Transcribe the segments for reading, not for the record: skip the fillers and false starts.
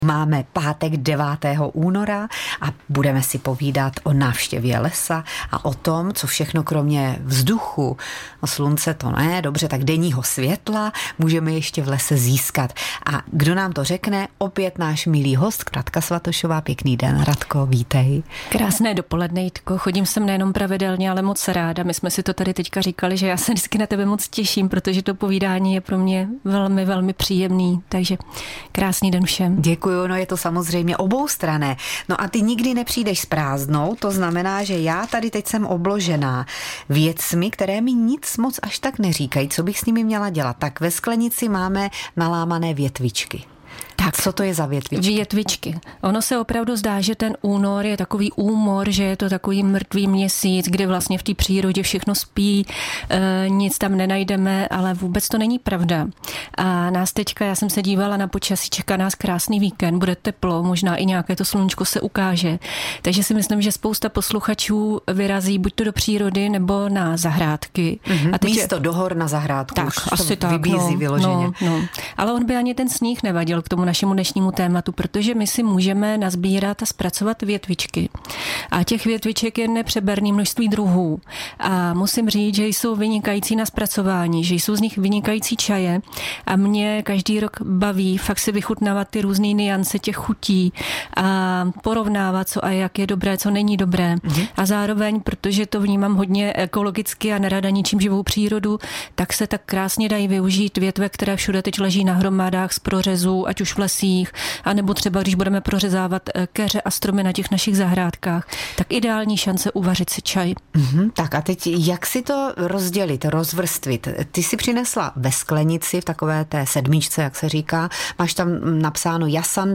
Máme pátek 9. února a budeme si povídat o návštěvě lesa a o tom, co všechno kromě vzduchu, no slunce to ne, dobře, tak denního světla můžeme ještě v lese získat. A kdo nám to řekne? Opět náš milý host, Radka Svatošová. Pěkný den, Radko, vítej. Krásné dopoledne, Jitko. Chodím sem nejenom pravidelně, ale moc ráda. My jsme si to tady teďka říkali, že já se vždycky na tebe moc těším, protože to povídání je pro mě velmi, velmi příjemný. Takže krásný den všem. Děkuju. No je to samozřejmě oboustranné. No a ty nikdy nepřijdeš s prázdnou, to znamená, že já tady teď jsem obložená věcmi, které mi nic moc až tak neříkají, co bych s nimi měla dělat. Tak ve sklenici máme nalámané větvičky. Tak, co to je za větvičky? Větvičky. Ono se opravdu zdá, že ten únor je takový úmor, že je to takový mrtvý měsíc, kde vlastně v té přírodě všechno spí, nic tam nenajdeme, ale vůbec to není pravda. A nás teďka, já jsem se dívala na počasí, čeká nás krásný víkend, bude teplo, možná i nějaké to sluníčko se ukáže. Takže si myslím, že spousta posluchačů vyrazí buď to do přírody, nebo na zahrádky. A teď místo do hor na zahrádku. Tak, asi tak. Vybízí vyloženě. No. Ale on by ani ten sníh nevadil k tomu našemu dnešnímu tématu, protože my si můžeme nazbírat a zpracovat větvičky. A těch větviček je nepřeberné množství druhů. A musím říct, že jsou vynikající na zpracování, že jsou z nich vynikající čaje a mě každý rok baví fakt si vychutnávat ty různé nuance těch chutí a porovnávat, co a jak je dobré, co není dobré. A zároveň, protože to vnímám hodně ekologicky a nerada ničím živou přírodu, tak se tak krásně dají využít větve, které všude teď leží na hromadách z prořezů, ať už v lesích, anebo třeba když budeme prořezávat keře a stromy na těch našich zahrádkách, tak ideální šance uvařit si čaj. Tak a teď jak si to rozdělit, rozvrstvit? Ty si přinesla ve sklenici, v takové té sedmičce, jak se říká, máš tam napsáno Jasan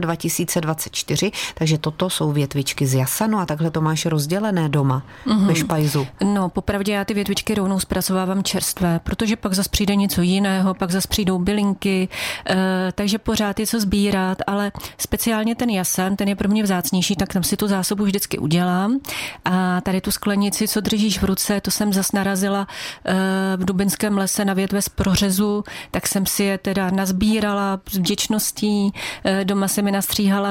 2024, takže toto jsou větvičky z jasanu a takhle to máš rozdělené doma ve špajzu. No, popravdě já ty větvičky rovnou zpracovávám čerstvé, protože pak zas přijde něco jiného, pak zas přijdou bylinky, takže pořád je co sbírat, ale speciálně ten jasan, ten je pro mě vzácnější, tak tam si tu zásobu vždycky udělám. A tady tu sklenici, co držíš v ruce, to jsem zas narazila v Dubinském lese na větve z prořezu, tak jsem si je teda nazbírala s vděčností. Doma se mi nastříhala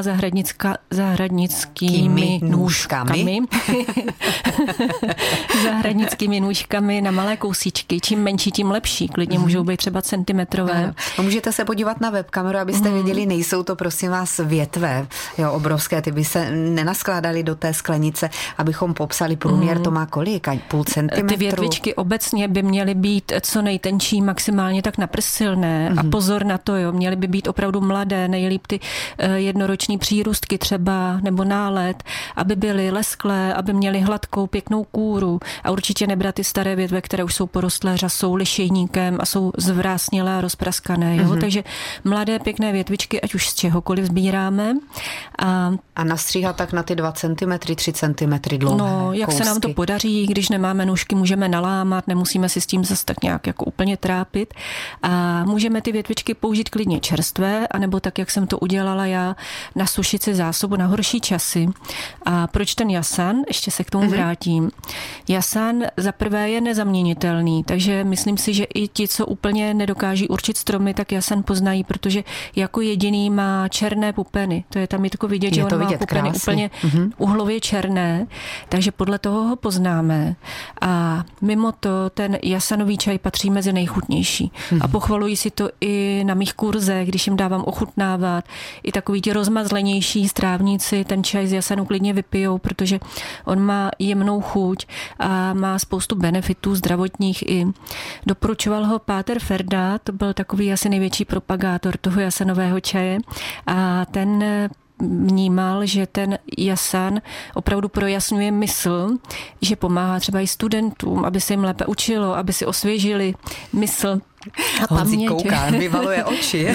zahradnickými nůžkami. Zahradnickými nůžkami na malé kousíčky. Čím menší, tím lepší. Klidně můžou být třeba centimetrové. No, můžete se podívat na webkameru, abyste věděli, nejsou to prosím vás větve, jo, obrovské, ty by se nenaskládaly do té sklenice, abychom popsali průměr, to má kolik? Půl centimetru? Ty větvičky obecně by měly být co nejtenčí, maximálně tak na prst silné a pozor na to, jo, měly by být opravdu mladé, nejlíp ty jednoroční přírůstky třeba, nebo nálet, aby byly lesklé, aby měly hladkou, pěknou kůru a určitě nebrat ty staré větve, které už jsou porostlé řasou, lišejníkem a jsou zvrásnělé a rozpraskané, jo, takže mladé, pěkné větvičky, ať už z čehokoliv sbíráme. A nastříhat tak na ty 2 cm, 3 cm dlouhé No, jak kousky. se nám to podaří, když nemáme nůžky, můžeme nalámat, nemusíme si s tím zase tak nějak jako úplně trápit. A můžeme ty větvičky použít klidně čerstvé, anebo tak, jak jsem to udělala já, nasušit si zásobu na horší časy. A proč ten jasan? Ještě se k tomu vrátím. Jasan za prvé je nezaměnitelný, takže myslím si, že i ti, co úplně nedokáží určit stromy, tak jasan poznají, protože jako jediný má černé pupeny. To je tam i tako vidět, že on má pupeny úplně uhlově černé, takže podle toho ho poznáme. A mimo to ten jasanový čaj patří mezi nejchutnější. A pochvaluji si to i na mých kurzech, když jim dávám ochutnávat. I takový ti rozmazlenější strávníci ten čaj z jasanu klidně vypijou, protože on má jemnou chuť a má spoustu benefitů zdravotních i. Doporučoval ho Páter Ferda, to byl takový asi největší propagátor toho jasanového čaje a ten vnímal, že ten jasan opravdu projasňuje mysl, že pomáhá třeba i studentům, aby se jim lépe učilo, aby si osvěžili mysl. On si kouká, vyvaluje oči.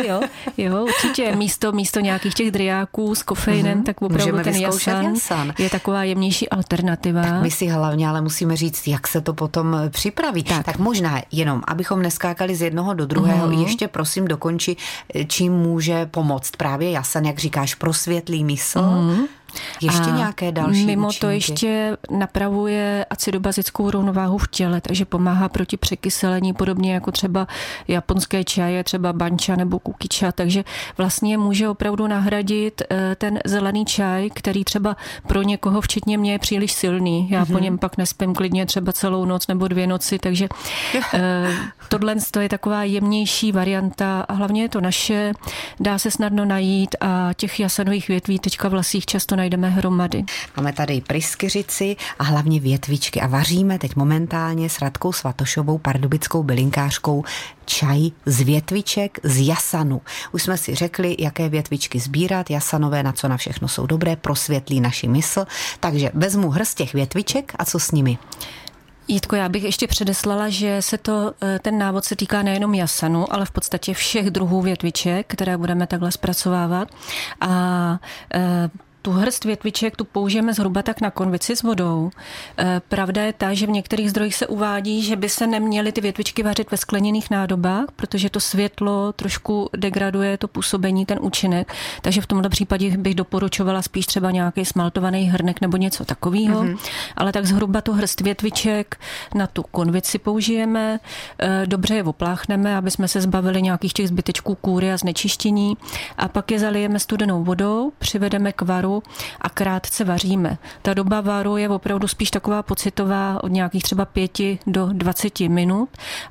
Jo, určitě. Místo nějakých těch driáků s kofeinem, tak opravdu ten jasan je taková jemnější alternativa. Tak my si hlavně ale musíme říct, jak se to potom připraví. Tak možná jenom, abychom neskákali z jednoho do druhého, ještě prosím dokonči, čím může pomoct právě jasan, jak říkáš, prosvětlý mysl. Ještě nějaké další mimo účinky? To ještě napravuje acidobazickou rovnováhu v těle, takže pomáhá proti překyselení, podobně jako třeba japonské čaje, třeba banča nebo kukiča, takže vlastně může opravdu nahradit ten zelený čaj, který třeba pro někoho, včetně mě, je příliš silný. Já po něm pak nespím klidně třeba celou noc nebo 2 noci, takže tohle je taková jemnější varianta a hlavně je to naše, dá se snadno najít a těch jasanových větví teďka v lesích často najdeme hromady. Máme tady pryskyřici a hlavně větvičky a vaříme teď momentálně s Radkou Svatošovou, pardubickou bylinkářkou, čaj z větviček z jasanu. Už jsme si řekli, jaké větvičky sbírat, jasanové, na co na všechno jsou dobré, prosvětlí naši mysl. Takže vezmu hrst těch větviček a co s nimi? Jitko, já bych ještě předeslala, že ten návod se týká nejenom jasanu, ale v podstatě všech druhů větviček, které budeme takhle zpracovávat. A tu hrst větviček tu použijeme zhruba tak na konvici s vodou. Pravda je ta, že v některých zdrojích se uvádí, že by se neměly ty větvičky vařit ve skleněných nádobách, protože to světlo trošku degraduje to působení, ten účinek. Takže v tomto případě bych doporučovala spíš třeba nějaký smaltovaný hrnek nebo něco takového. Ale tak zhruba tu hrst větviček na tu konvici použijeme. Dobře je opláchneme, aby jsme se zbavili nějakých těch zbytečků kůry a znečištění. A pak je zalijeme studenou vodou, přivedeme k varu a krátce vaříme. Ta doba varu je opravdu spíš taková pocitová od nějakých třeba 5 do 20 minut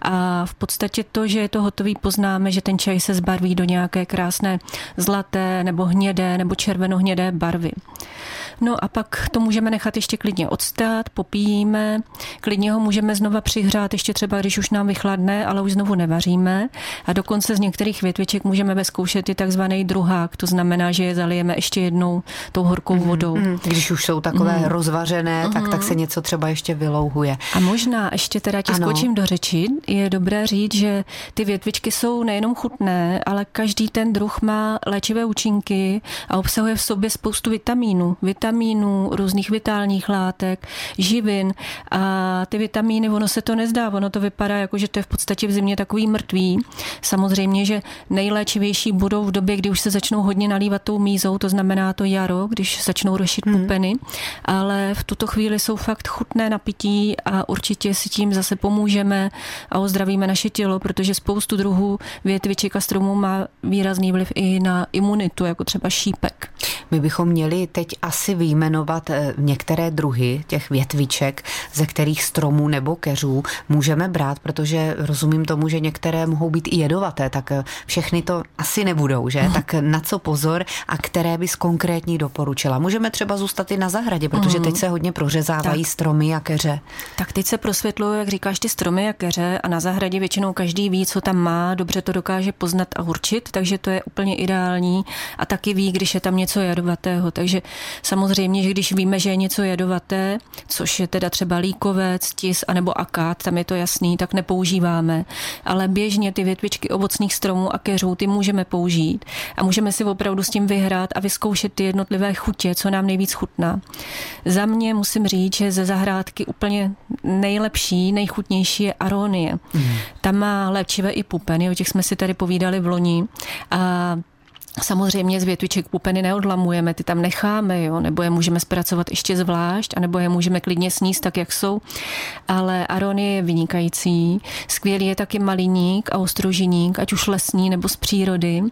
a v podstatě to, že je to hotový, poznáme, že ten čaj se zbarví do nějaké krásné zlaté nebo hnědé nebo červenohnědé barvy. No a pak to můžeme nechat ještě klidně odstát, popíjíme, klidně ho můžeme znova přihřát, ještě třeba když už nám vychladne, ale už znovu nevaříme a dokonce z některých větviček můžeme vyzkoušet i takzvaný druhák, to znamená, že je zalijeme ještě jednou tou horkou vodou. Když už jsou takové rozvařené, tak se něco třeba ještě vylouhuje. A možná ještě teda skočím do řeči, je dobré říct, že ty větvičky jsou nejenom chutné, ale každý ten druh má léčivé účinky a obsahuje v sobě spoustu vitamínů, různých vitálních látek, živin a ty vitamíny, ono se to nezdá, ono to vypadá jako, že to je v podstatě v zimě takový mrtvý. Samozřejmě, že nejléčivější budou v době, kdy už se začnou hodně nalívat tou mízou, to znamená to jaro, když začnou rošit pupeny, ale v tuto chvíli jsou fakt chutné na pití a určitě si tím zase pomůžeme a ozdravíme naše tělo, protože spoustu druhů větviček a stromů má výrazný vliv i na imunitu, jako třeba šípek. My bychom měli teď asi vyjmenovat některé druhy těch větviček, ze kterých stromů nebo keřů můžeme brát, protože rozumím tomu, že některé mohou být i jedovaté, tak všechny to asi nebudou, že? Tak na co pozor a které bys konkrétní doporučila? Můžeme třeba zůstat i na zahradě, protože teď se hodně prořezávají stromy a keře. Tak teď se prosvětlují, jak říkáš, ty stromy a keře a na zahradě většinou každý ví, co tam má, dobře to dokáže poznat a určit, takže to je úplně ideální a taky ví, když je tam něco jedovatého. Takže samozřejmě, že když víme, že je něco jedovaté, což je teda třeba líkovec, tis anebo akát, tam je to jasný, tak nepoužíváme. Ale běžně ty větvičky ovocných stromů a keřů, ty můžeme použít a můžeme si opravdu s tím vyhrát a vyzkoušet ty jednotlivé chutě, co nám nejvíc chutná. Za mě musím říct, že ze zahrádky úplně nejlepší, nejchutnější je aronie. Tam má léčivé i pupeny, o těch jsme si tady povídali v loni a samozřejmě z větviček pupeny neodlamujeme, ty tam necháme, jo, nebo je můžeme zpracovat ještě zvlášť, anebo je můžeme klidně sníst tak, jak jsou. Ale aronie je vynikající. Skvělý je taky maliník a ostrožiník, ať už lesní nebo z přírody.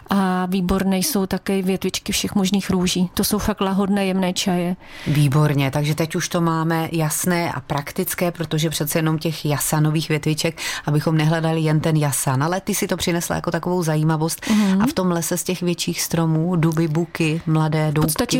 A výborné jsou také větvičky všech možných růží. To jsou fakt lahodné, jemné čaje. Výborně, takže teď už to máme jasné a praktické, protože přece jenom těch jasanových větviček, abychom nehledali jen ten jasan, ale ty si to přinesla jako takovou zajímavost. A v tom lese z těch větších stromů, duby, buky, mladé doubky. V podstatě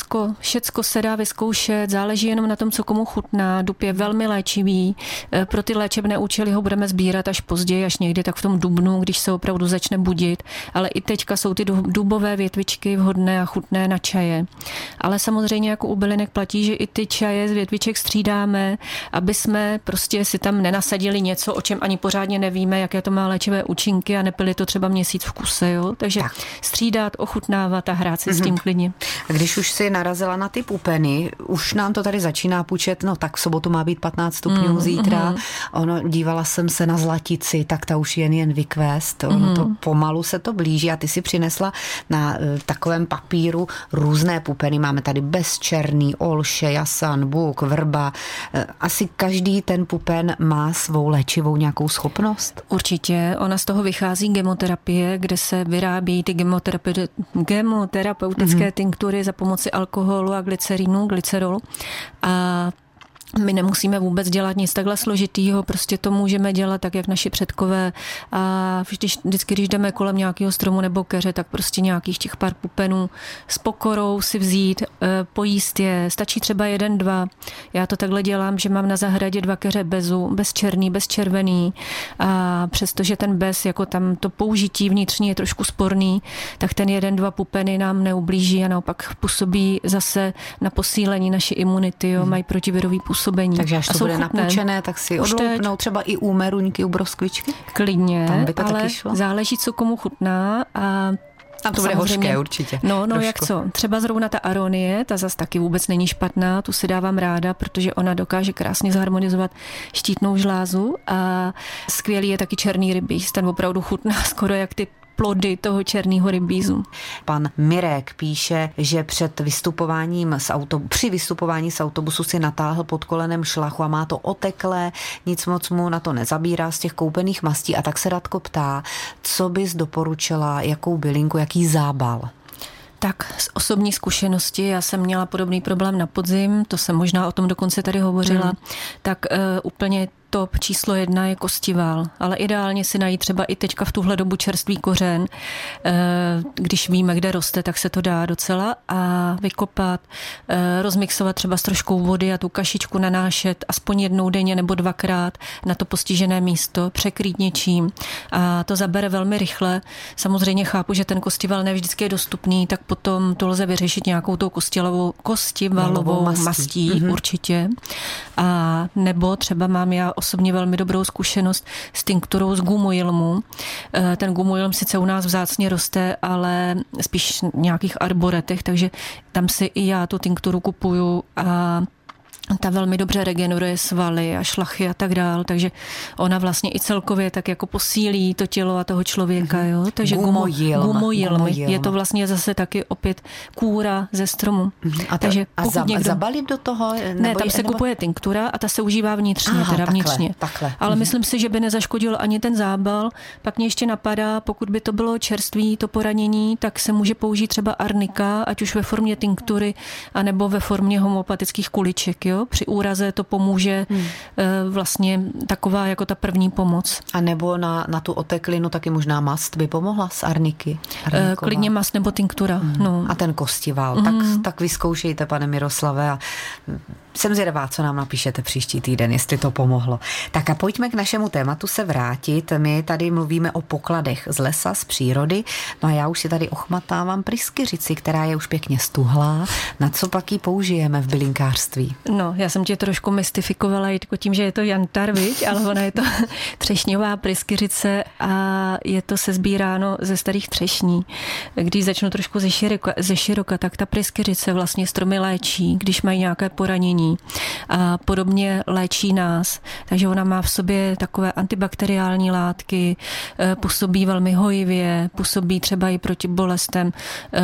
všecko se dá vyzkoušet, záleží jenom na tom, co komu chutná. Dub je velmi léčivý, pro ty léčebné účely ho budeme sbírat až později, až někdy tak v tom dubnu, když se opravdu začne budit, ale i teďka jsou ty dubové větvičky vhodné a chutné na čaje. Ale samozřejmě jako u bylinek platí, že i ty čaje z větviček střídáme, aby jsme prostě si tam nenasadili něco, o čem ani pořádně nevíme, jaké to má léčivé účinky a nepili to třeba měsíc v kuse, jo? Takže střídat, ochutnávat a hrát si s tím klidně. A když už si narazila na ty pupeny, už nám to tady začíná pučet, no tak v sobotu má být 15 stupňů zítra. Ono, dívala jsem se na zlatici, tak ta už jen vykvést. Ono to pomalu se to blíží a ty si přinesla na takovém papíru různé pupeny. Máme tady bezčerný, olše, jasan, buk, vrba. Asi každý ten pupen má svou léčivou nějakou schopnost? Určitě. Ona z toho vychází gemoterapie, kde se vyrábí ty gemoterapeutické tinktury za pomoci alkoholu a glycerolu. A my nemusíme vůbec dělat nic takhle složitýho, prostě to můžeme dělat tak, jak naši předkové. A vždycky, když jdeme kolem nějakého stromu nebo keře, tak prostě nějakých těch pár pupenů s pokorou si vzít, pojíst je. Stačí třeba 1, 2. Já to takhle dělám, že mám na zahradě 2 keře bezu, bez černý, bez červený. A přestože ten bez, jako tam to použití vnitřní je trošku sporný, tak ten 1, 2 pupeny nám neublíží a naopak působí zase na posílení naší imunity, jo, mají protivirový působení. Takže až to bude napučené, tak si odloupnou třeba i u meruňky, u broskvičky? Klidně, tam by to ale taky šlo? Záleží, co komu chutná a to bude hořké určitě. No jak co? Třeba zrovna ta aronie, ta zas taky vůbec není špatná, tu si dávám ráda, protože ona dokáže krásně zharmonizovat štítnou žlázu a skvělý je taky černý rybíz, ten opravdu chutná skoro jak ty plody toho černého rybízu. Pan Mirek píše, že při vystupování z autobusu si natáhl pod kolenem šlachu a má to oteklé, nic moc mu na to nezabírá z těch koupených mastí a tak se Radko ptá, co bys doporučila, jakou bylinku, jaký zábal? Tak z osobní zkušenosti, já jsem měla podobný problém na podzim, to jsem možná o tom dokonce tady hovořila, tak úplně top číslo 1 je kostival, ale ideálně si najít třeba i teďka v tuhle dobu čerstvý kořen. Když víme, kde roste, tak se to dá docela a vykopat, rozmixovat třeba s troškou vody a tu kašičku nanášet aspoň 1 denně nebo 2krát na to postižené místo, překrýt něčím a to zabere velmi rychle. Samozřejmě chápu, že ten kostival ne vždycky je dostupný, tak potom to lze vyřešit nějakou tou kostivalovou mastí určitě. A nebo třeba mám já osobně velmi dobrou zkušenost s tinkturou z gumojilmu. Ten gumojilm sice u nás vzácně roste, ale spíš v nějakých arboretech, takže tam si i já tu tinkturu kupuju a ta velmi dobře regeneruje svaly a šlachy a tak dál, takže ona vlastně i celkově tak jako posílí to tělo a toho člověka, jo. Takže gumojilm. Je to vlastně zase taky opět kůra ze stromu. Takže zabalit do toho? Ne, tam se kupuje tinktura a ta se užívá vnitřně, vnitřně. Takhle. Ale myslím si, že by nezaškodil ani ten zábal. Pak mě ještě napadá, pokud by to bylo čerství, to poranění, tak se může použít třeba arnika, ať už ve formě tinktury, anebo ve formě homeopatických kuliček, jo? Při úraze to pomůže vlastně taková jako ta první pomoc. A nebo na tu oteklinu taky možná mast by pomohla z arniky? Klidně mast nebo tinktura. No. A ten kostival. Tak vyzkoušejte, pane Miroslave, a jsem zvědavá, co nám napíšete příští týden, jestli to pomohlo. Tak a pojďme k našemu tématu se vrátit. My tady mluvíme o pokladech z lesa, z přírody. No a já už si tady ochmatávám pryskyřici, která je už pěkně stuhlá. Na co pak ji použijeme v bylinkářství? No, já jsem tě trošku mystifikovala jako tím, že je to jantar, viď? Ale ona je to třešňová pryskyřice a je to sesbíráno ze starých třešní. Když začnu trošku ze široka, tak ta pryskyřice vlastně stromy léčí, když mají nějaké poranění. A podobně léčí nás. Takže ona má v sobě takové antibakteriální látky, působí velmi hojivě, působí třeba i proti bolestem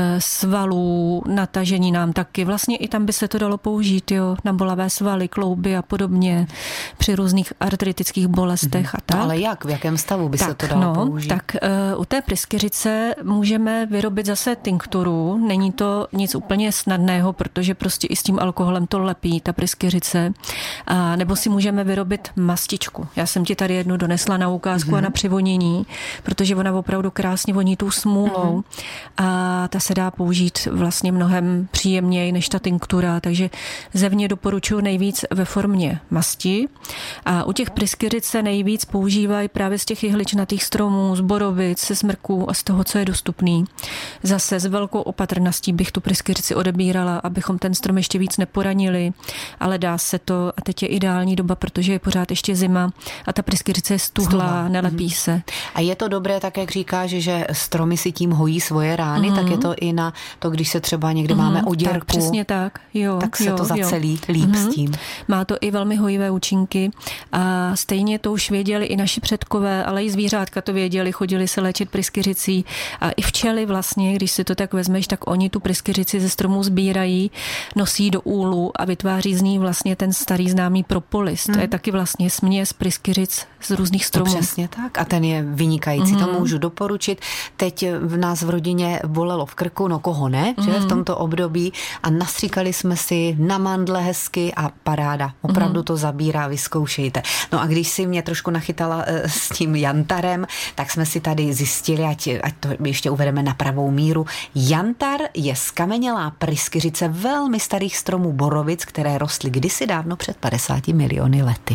svalů, natažení nám taky. Vlastně i tam by se to dalo použít, jo, na bolavé svaly, klouby a podobně, při různých artritických bolestech a tak. No, ale jak? V jakém stavu by se to dalo použít? Tak u té pryskyřice můžeme vyrobit zase tinkturu. Není to nic úplně snadného, protože prostě i s tím alkoholem to lepí, ta pryskyřice. A nebo si můžeme vyrobit mastičku. Já jsem ti tady jednu donesla na ukázku a na přivonění, protože ona opravdu krásně voní tou smůlou a ta se dá použít vlastně mnohem příjemněji než ta tinktura, takže zevně doporučuji nejvíc ve formě masti a u těch pryskyřic se nejvíc používají právě z těch jehličnatých stromů, z borovic, se smrků a z toho, co je dostupný. Zase s velkou opatrností bych tu pryskyřici odebírala, abychom ten strom ještě víc neporanili. ale dá se to a teď je ideální doba, protože je pořád ještě zima a ta pryskyřice je stuhlá, nelepí se. A je to dobré, tak jak říkáš, že stromy si tím hojí svoje rány, tak je to i na to, když se třeba někde máme oděrku. Tak, přesně tak. Tak se to zacelí líp s tím. Má to i velmi hojivé účinky a stejně to už věděli i naši předkové, ale i zvířátka to věděli, chodili se léčit pryskyřicí a i včely vlastně, když si to tak vezmeš, tak oni tu pryskyřici ze stromů sbírají, nosí do úlu a vytváří z ní vlastně ten starý známý propolis. To je taky vlastně směs pryskyřic z různých stromů. Přesně tak a ten je vynikající, to můžu doporučit. Teď v nás v rodině bolelo v krku, no koho ne, že v tomto období a nastříkali jsme si na mandle hezky a paráda. Opravdu to zabírá, vyzkoušejte. No a když si mě trošku nachytala s tím jantarem, tak jsme si tady zjistili, ať to ještě uvedeme na pravou míru. Jantar je skamenělá pryskyřice velmi starých stromů borovic, které rostly kdysi dávno před 50 miliony lety.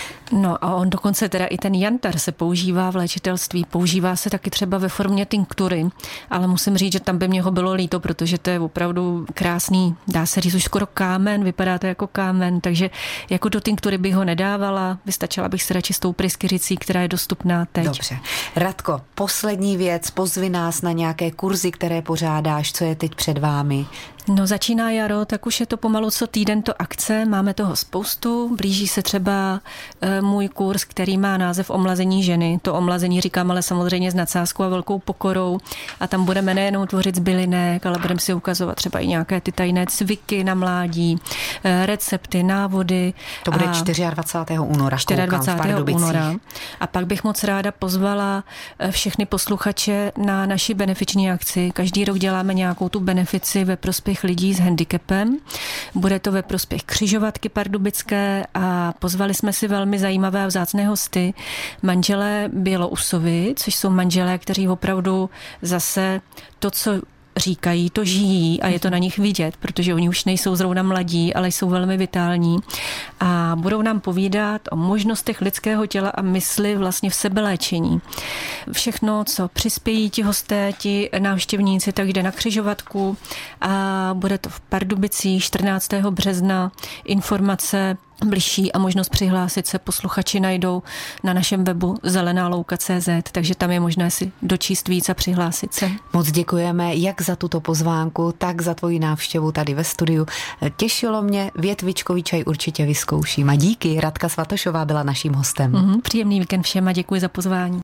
No a on dokonce teda i ten jantar se používá v léčitelství, používá se taky třeba ve formě tinktury, ale musím říct, že tam by mě ho bylo líto, protože to je opravdu krásný, dá se říct už skoro kámen, vypadá to jako kámen, takže jako do tinktury bych ho nedávala, vystačila bych se radši s tou pryskyřicí, která je dostupná teď. Dobře. Radko, poslední věc, pozvi nás na nějaké kurzy, které pořádáš, co je teď před vámi. No začíná jaro, tak už je to pomalu co týden to akce, máme toho spoustu, blíží se třeba můj kurz, který má název Omlazení ženy. To omlazení říkám ale samozřejmě s nadsázkou a velkou pokorou a tam budeme nejenom tvořit z bylinek, ale budeme si ukazovat třeba i nějaké ty tajné cviky na mládí, recepty, návody. To bude 24. února. 24. února. A pak bych moc ráda pozvala všechny posluchače na naši benefiční akci. Každý rok děláme nějakou tu benefici ve prospěch lidí s handicapem. Bude to ve prospěch křižovatky pardubické a pozvali jsme si velmi zajímavé a vzácné hosty. Manželé Bělousovi, což jsou manželé, kteří opravdu zase to, co říkají, to žijí a je to na nich vidět, protože oni už nejsou zrovna mladí, ale jsou velmi vitální a budou nám povídat o možnostech lidského těla a mysli vlastně v sebeléčení. Všechno, co přispějí ti hosté, ti návštěvníci, tak jde na křižovatku a bude to v Pardubicích 14. března. Informace bližší a možnost přihlásit se posluchači najdou na našem webu zelenalouka.cz, takže tam je možné si dočíst víc a přihlásit se. Moc děkujeme jak za tuto pozvánku, tak za tvoji návštěvu tady ve studiu. Těšilo mě, větvičkový čaj určitě vyzkouším a díky, Radka Svatošová byla naším hostem. Příjemný víkend všem a děkuji za pozvání.